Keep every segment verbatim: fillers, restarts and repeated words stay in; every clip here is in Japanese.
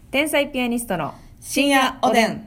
天才ピアニストの深夜おでん。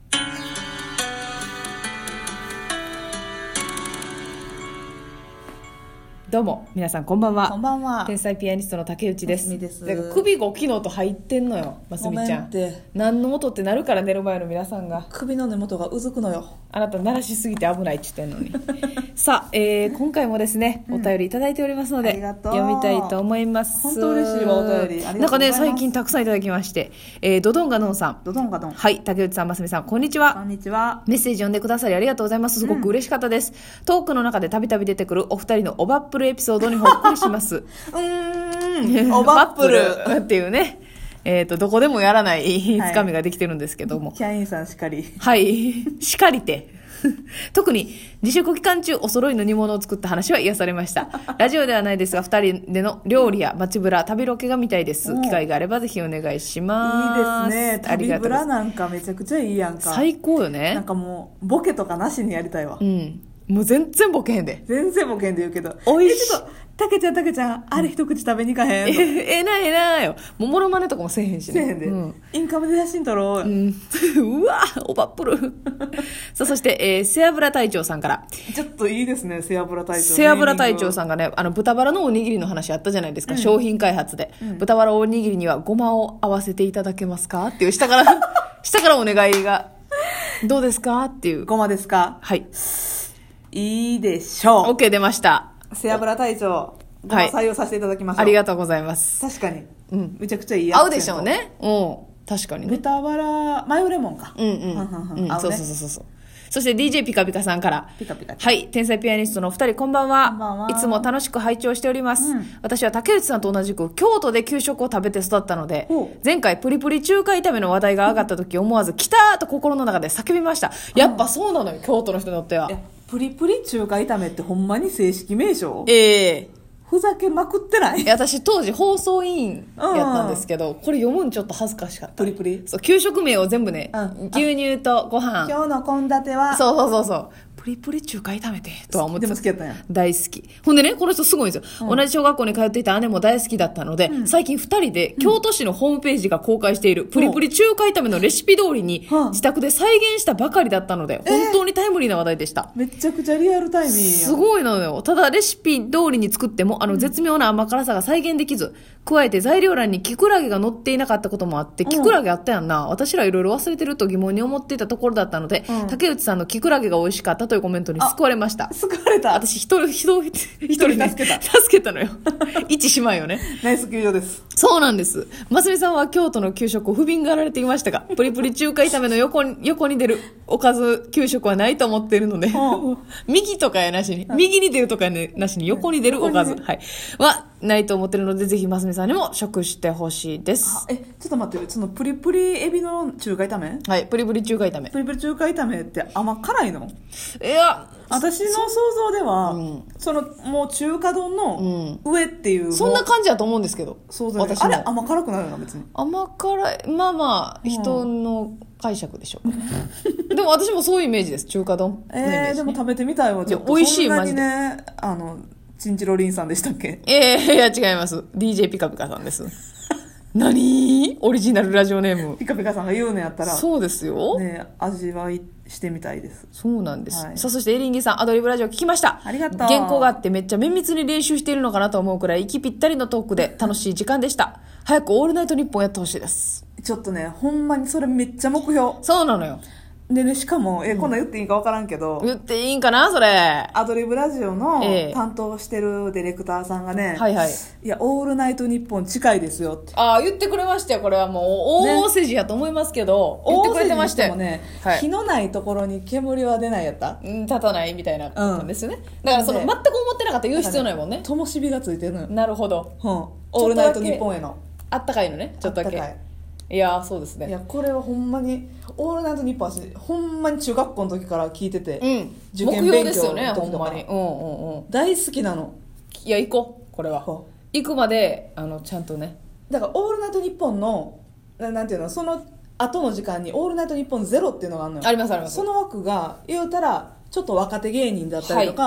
どうも皆さんこんばんは。 こんばんは。 天才ピアニストの竹内です。 ますみです。 だから首ごきの音入ってんのよ、ますみちゃん。 ごめんって。 何の音ってなるから、寝る前の皆さんが首の根元がうずくのよ。 あなた鳴らしすぎて危ないって言ってんのにさあ、えー、今回もですね、お便りいただいておりますので、 ありがとう。 読みたいと思います。 本当嬉しいわ、お便りありがとうございます。 なんかね、最近たくさんいただきまして、えー、ドドンガノンさん、 ドドンガドン。 はい、竹内さん、ますみさん、こんにちは。 こんにちは。 メッセージ読んでくださりありがとうございます。すごく嬉しかったです、うん、トークの中でたびたび出てくるお二人のおばっぷるエピソードにほっこりしますうーんおばっぷるっていうね、えー、とどこでもやらないつかみができてるんですけども、 キャインさんしかり、 はいしかりて特に自粛期間中お揃いの煮物を作った話は癒されました。ラジオではないですがふたりでの料理や街ブラ旅ロケが見たいです。機会があればぜひお願いします。 いいですね。旅ブラなんかめちゃくちゃいいやんか。 最高よね。 なんかもうボケとかなしにやりたいわ。 うん、もう全然ボケへんで。 全然ボケへんで言うけど、 おいしい。 ちょっとたけちゃんたけちゃんあれ一口食べに行かへんと、 えええなえなよ。もうモノマネとかもせえへんしね。 せえへんで、 うん、 インカムで写真撮ろう、 うん、うわおばっぷるさあそして、えー、背脂隊長さんから、 ちょっといいですね、背脂隊長。 背脂隊長さんがね、あの豚バラのおにぎりの話あったじゃないですか、うん、商品開発で、うん、豚バラおにぎりにはごまを合わせていただけますかっていう下から下からお願いがどうですかっていう。 ごまですか。 はい、 いいでしょう。 OK 出ました。 背脂隊長ごま採用させていただきましょう、 はい、ありがとうございます。 確かに、 うん、 めちゃくちゃいいアクセント。 合うでしょうね。うん確かにね。 豚バラマヨレモンか。 うんうん、うん、合うね。そうそうそうそう。そして ディージェー ピカピカさんから、 ピカピカはい、天才ピアニストのお二人こんばんは。 こんばんは。 いつも楽しく拝聴しております、うん、私は竹内さんと同じく京都で給食を食べて育ったので、前回プリプリ中華炒めの話題が上がった時、思わず来たーと心の中で叫びました。やっぱそうなのよ、うん、京都の人によっては。 プリプリ中華炒めってほんまに正式名称？ ええーふざけまくってない？ 私当時放送委員やったんですけど、うん、これ読むんちょっと恥ずかしかった。 プリプリ、 そう給食名を全部ね、うん、牛乳とご飯、 今日の献立は、 そうそうそうそうプリプリ中華炒めてとは思ってた。 でも好きやったんや。 大好き。ほんでね、この人すごいんですよ、うん、同じ小学校に通っていた姉も大好きだったので、うん、最近ふたりで京都市のホームページが公開しているプリプリ中華炒めのレシピ通りに自宅で再現したばかりだったので、うん、本当にタイムリーな話題でした、 えー、めちゃくちゃリアルタイムやすごいのよ。ただレシピ通りに作ってもあの絶妙な甘辛さが再現できず、加えて材料欄にキクラゲが載っていなかったこともあって、キクラゲあったやんな、私らいろいろ忘れてると疑問に思っていたところだったので、うん、竹内さんのキクラゲが美味しかったというコメントに救われました。 救われた。 私一人一人一人、ね、助けた助けたのよ一姉妹よね。 ナイス救助です。 そうなんです。ますみさんは京都の給食を不憫がられていましたが、プリプリ中華炒めの横に横に出るおかず給食はないと思っているので、うん、右とかやなしに、右に出るとかやなしに横に出るおかず、はい、はないと思ってるので、ぜひますみさんにも食してほしいです。 え、ちょっと待って、そのプリプリエビの中華炒め、 はい、プリプリ中華炒め、 プリプリ中華炒めって甘辛いの？ いや私の想像では、うん、そのもう中華丼の上っていう、うん、 そんな感じだと思うんですけど、 想像であれ甘辛くなるの？別に甘辛い、まあまあ人の解釈でしょうか、うん、でも私もそういうイメージです。中華丼のイメージ、ね、 えー、でも食べてみたいわ。ちょっと美味しい。 そんなにね、あのチンチロリンさんでしたっけ？ えー、いや違います。 ディージェー ピカピカさんです何オリジナルラジオネームピカピカさんが言うのやったら、 そうですよ、 ね、味わいしてみたいです。 そうなんです、 はい、 さあそしてエリンギさん、アドリブラジオ聞きました。 ありがとう。 原稿があってめっちゃ綿密に練習しているのかなと思うくらい息ぴったりのトークで楽しい時間でした。早くオールナイトニッポンやってほしいです。 ちょっとね、ほんまにそれめっちゃ目標。 そうなのよ。 でね、しかも、え、こんなん言っていいか分からんけど、 言っていいんかなそれ。 アドリブラジオの担当してるディレクターさんがね、 ええ、はいはい、 いやオールナイトニッポン近いですよって、 ああ言ってくれましたよ。これはもう大筋やと思いますけど、ね、言ってくれてましたよ。 大筋にしてもね、はい、火のないところに煙は出ないやった、 うん、立たないみたいなことですよね、うん、だからその全く思ってなかったら言う必要ないもんね。 灯火がついてるのよ。 なるほど、 うん、オールナイトニッポンへのあったかいのね、ちょっとだけ。いやそうですね。 いやこれはほんまにオールナイトニッポンはほんまに中学校の時から聞いてて、 うん、受験勉強の時とか、ね、ほんまに、うんうんうん、 大好きなの。 いや行こうこれは行くまであのちゃんとね。 だからオールナイトニッポンのなんていうの、その後の時間にオールナイトニッポンゼロっていうのがあるのよ。 ありますあります。 その枠が言うたらちょっと若手芸人だったりとか、はい、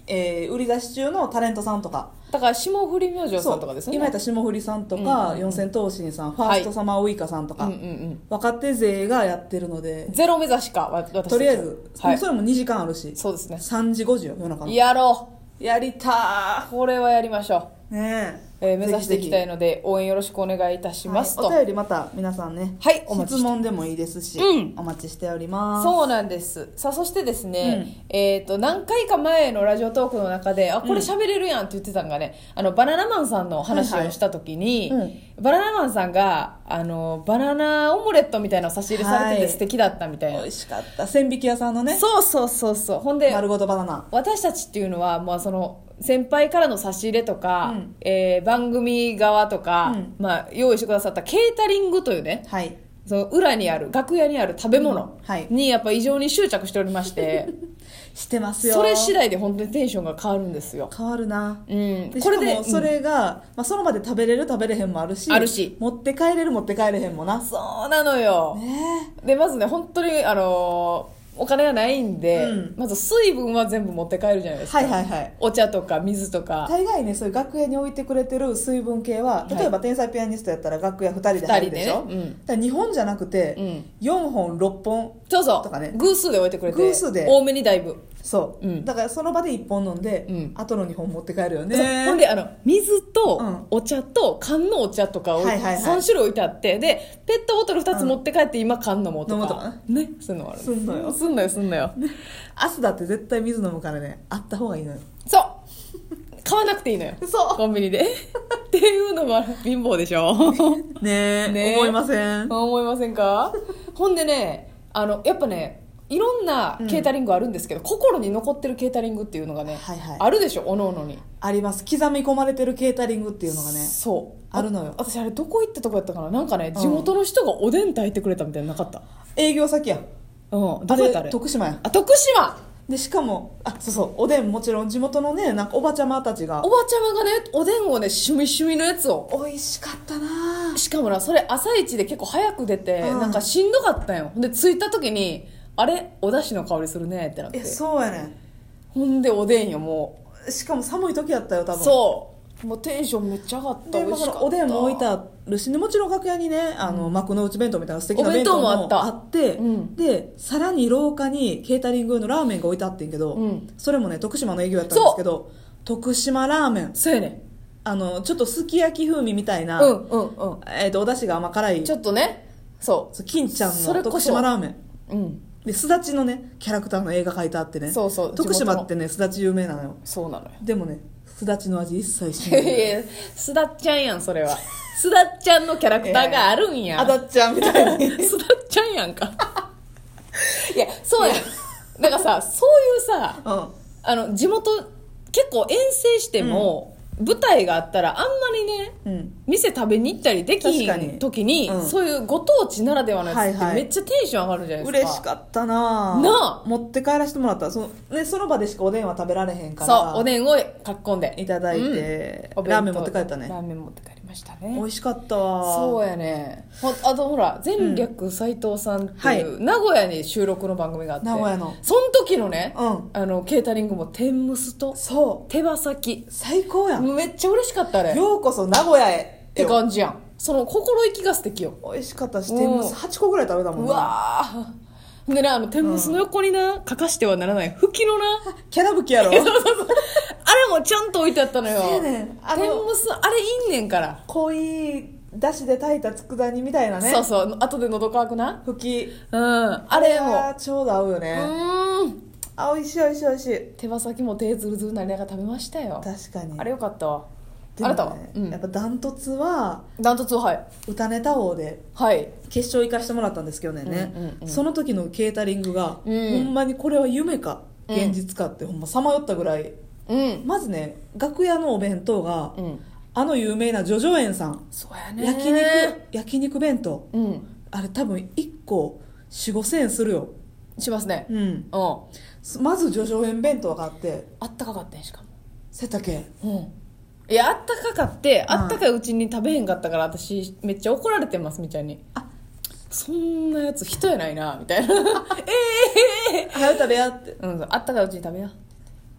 えー売り出し中のタレントさんとか、 だから霜降り明星さんとかですね。 今やったら霜降りさんとうんか、 うんうん四千頭身さん、ファーストサマーウイカさんとか、 うんうんうん。 若手勢がやってるので、 ゼロ目指しか、わ私たちはとりあえず、 はい。 それもにじかんあるし、 そうですね。 さんじごじよ、夜中の。 やろやりたう。これはやりましょー。ねう。えー目指していきたいのので、応援よろしくお願いいたしますと。 お便りまた皆さんね、 はいお待ちして質問でもいいですし、 うんお待ちしております。 そうなんですさあそしてですね、えっ、と何回か前のラジオトークの中であこれ喋れるやんって言ってたのがね、あのバナナマンさんの話をした時に、 はいはいバナナマンさんがあのバナナオムレットみたいなのを差し入れされててはい素敵だったみたいな、 美味しかった千匹屋さんのね、 そうそうそうそうほんで丸ごとバナナ。 私たちっていうのは、まあ、その先輩からの差し入れとか、 うんえー番組側とか、 うんまあ、用意してくださったケータリングというねはい。 その裏にある楽屋にある食べ物うんはいにやっぱ異常に執着しておりまして、 してますよ。 それ次第で本当にテンションが変わるんですよ、 変わるな。 うん、 でこれでしかもそれが、まあ、その場で食べれる食べれへんもあるし、 あるし持って帰れる持って帰れへんもな。 うんそうなのよ、 ねでまずね本当にあのーお金がないんで、 うんまず水分は全部持って帰るじゃないですか、 はいはいはい。 お茶とか水とか大概ね、そういう楽屋に置いてくれてる水分系は、例えば天才ピアニストやったら楽屋ふたりで入るでしょ、 ふたりでねうんだからにほんじゃなくて、 うんよんほんろっぽんそうそうとかね偶数で置いてくれて偶数で多めにだいぶ、 そう、 うんだからその場でいっぽん飲んで、 うんあとのにほん持って帰るよそうね。 ほんであの水とうんお茶と缶のお茶とかをはいはいはいさん種類置いてあってでペットボトルふたつ持って帰って今缶飲もうとか飲むとか、 ねそういうのがあるすんのよすんのよすんのよ明日だって絶対水飲むからね、あった方がいいのよ。 そう買わなくていいのよそうコンビニでっていうのもある貧乏でしょねえ、 ねえ思いません？ 思いませんかほんでねあのやっぱねいろんなケータリングあるんですけど、心に残ってるケータリングっていうのがね、 はいはいあるでしょおのおのにあります。刻み込まれてるケータリングっていうのがね、 そうあるのよ。 私あれどこ行ったとこやったかななんかね地元の人がおでん炊いてくれたみたいなのなかった営業先や。 うんどこやったあれ徳島や。 あ徳島でしかも、あ、そうそう、おでんもちろん地元のね、なんかおばちゃまたちがおばちゃまがねおでんをねしゅみしゅみのやつを美味しかったなぁ。 しかもなそれ朝一で結構早く出て、 うんなんかしんどかったんよで着いた時にあれお出汁の香りするねってなってえ、そうやね。 ほんでおでんよもしかも寒い時やったよ、多う分。 そうもうテンションめっちゃ上がったで、まあ、 美味しかったそのおでんも置いてあるし、ね、もちろん楽屋にね、あの、幕の内弁当みたいな素敵なお弁弁当も当もあったあって、 うんで、さらに廊下にケータリング用のラーメンが置いてあってんけど、 うんそれもね、徳島の営業やったんですけど、徳島ラーメン。 そうやねあの、ちょっとすき焼き風味みたいな、 うんうんうんえっ、と、お出汁が甘辛い、 ちょっとねそそう金ちゃんの徳それこそ島ラーメン。 ううんで、すだちのね、キャラクターの映画描いてあってね、 そうそう徳島ってね、すだち有名なのよ。 そうなのよでもね、すだちの味一切しいない。 やいやすだっちゃんやんそれはすだっちゃんのキャラクターがあるんやあだっちゃんみたいに。 すだっちゃんやんかいやそうやだからさそういうさうん。 あの地元結構遠征しても、舞台があったらあんまりねうん。 店食べに行ったりできひん確かに時に、 うんそういうご当地ならではのやつっはいはいてめっちゃテンション上がるじゃないですか、 嬉しかったなぁなあ持って帰らせてもらったその,、ね、その場でしかおでんは食べられへんからそうおでんを書き込んでいただいて、 うんお弁当ラーメン持って帰ったねラーメン持って帰りましたね美味しかったわそうやねほあとほら前略斎藤さんっていう、 は名古屋に収録の番組があって名古屋のその時のね、 うんあのケータリングも天むすとそう手羽先最高やんめっちゃ嬉しかったあれっようこそ名古屋へて感じやんその心意気が素敵よ美味しかったしうん天むすはちこぐらい食べたもんうなわーでなあの天むすの横にな、欠かしてはならない吹きのなキャラ吹きやろあれもちゃんと置いてあったのよそうやねんあの天むすあれいんねんから濃いだしで炊いた佃煮みたいなねそうそう後で喉乾くな吹きうんあれもはちょうど合うようねーんあ美味しい美味しい美味しい手羽先も手ずるずるなりながら食べましたよ確かにあれよかったわでもねあなたは、うんやっぱダントツはダントツはい歌ネタ王ではい決勝行かしてもらったんですけどね、 うんうんうんその時のケータリングが、 うんほんまにこれは夢か現実かって、ほんまさまよったぐらいうんまずね楽屋のお弁当が、 うんあの有名な叙々苑さんそうやね焼肉焼肉弁当うんあれ多分いっこよん、ごせん円するよ、 しますねうん、 うんまず叙々苑弁当があってあったかかったんしか背丈もうんいやあったかかってうんあったかいうちに食べへんかったから私めっちゃ怒られてますみちゃんにあそんなやつ人やないなみたいなええ早く食べやってうんあったかいうちに食べよう食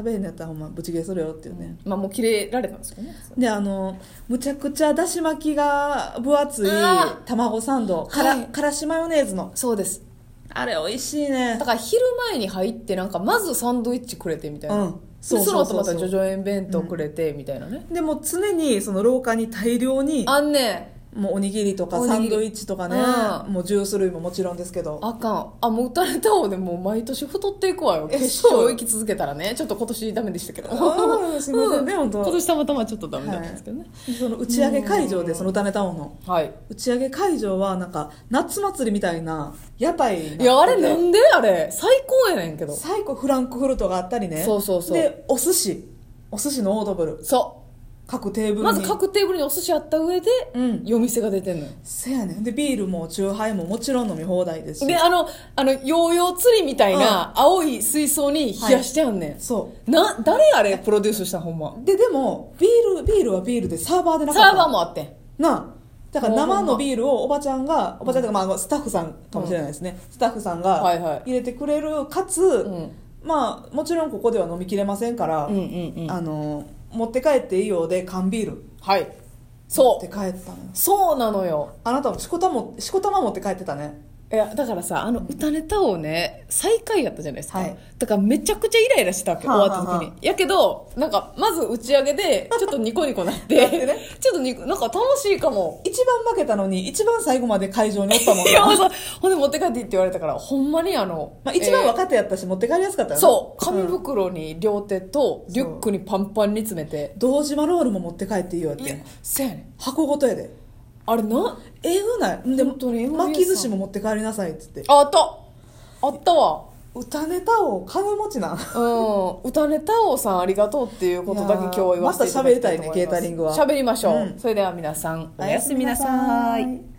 食べへんのやったらほんまブチ切れするよっていうね、 まあもう切れられたんですよね。 であのむちゃくちゃだし巻きが分厚いあー卵サンドから、 はいからしマヨネーズのそうです。 あれ美味しいね。 だから昼前に入ってなんかまずサンドイッチくれてみたいな、 うんそそうそうそうそうその後またジョジョ園弁当くれてみたいなね、 でも常にその廊下に大量にあんねもうおにぎりとかおにぎりサンドイッチとかね、 うんもうジュース類ももちろんですけど、 あかん。あ、もう打たれた方でもう毎年太っていくわよ。 え決そう勝行き続けたらね。ちょっと今年ダメでしたけど。 あーすいませんね、本当今年たまたまちょっとダメだったんですけどね。 その打ち上げ会場でその歌ネタ王のはい。 打ち上げ会場はなんか夏祭りみたいな屋台になってていや、あれなんであれ最高やねんけど。 最高フランクフルトがあったりね、 そうそうそうでお寿司お寿司のオードブルそ各テーブルにう。まず各テーブルにお寿司あった上で、 うん夜店が出てんのよ。 せやねん。でビールもチューハイももちろん飲み放題ですし、 で、あの、あの、ヨーヨー釣りみたいな青い水槽に冷やしてあんねん。 そな、誰あれプロデュースしたんほんま。 うででもビールビールはビールでサーバーでなかったサーバーもあってん。 なあだから生のビールをおばちゃんがおばちゃんというか、まああの、スタッフさんかもしれないですね、スタッフさんがはいはい入れてくれるかつ、 うん。 まあもちろんここでは飲みきれませんから、 うんうんうん。 あの持って帰っていいようで缶ビールはい。 持ってそう。 帰ったのよ。 そうなのよ。 あなたもしこたもしこたま持って帰ってたね。 いやだからさあの歌ネタをね最下位やったじゃないですか、 はいだからめちゃくちゃイライラしてたわけはあ終わった時に、 はあはやけどなんかまず打ち上げでちょっとニコニコなってなってねちょっとニコなんか楽しいかも一番負けたのに一番最後まで会場におったもんいやもうな、 さほんで持って帰っていいって言われたからほんまにあの、 まあ、一番えー若手やったし持って帰りやすかったよね。 そう紙ん袋に両手とリュックにパンパンに詰めて、 堂島ロールも持って帰っていいよやっいやてせやねん箱ごとやであれなえぐないでも本当に エムビーエス さん巻き寿司も持って帰りなさいっつってああったあったわ歌ネタを金持ちなうん、歌ネタ王さんありがとうっていうことだけ今日は言わせていただきたいと思います。 また喋りたいねケータリングは喋りましょう、 うんそれでは皆さんおやすみなさい。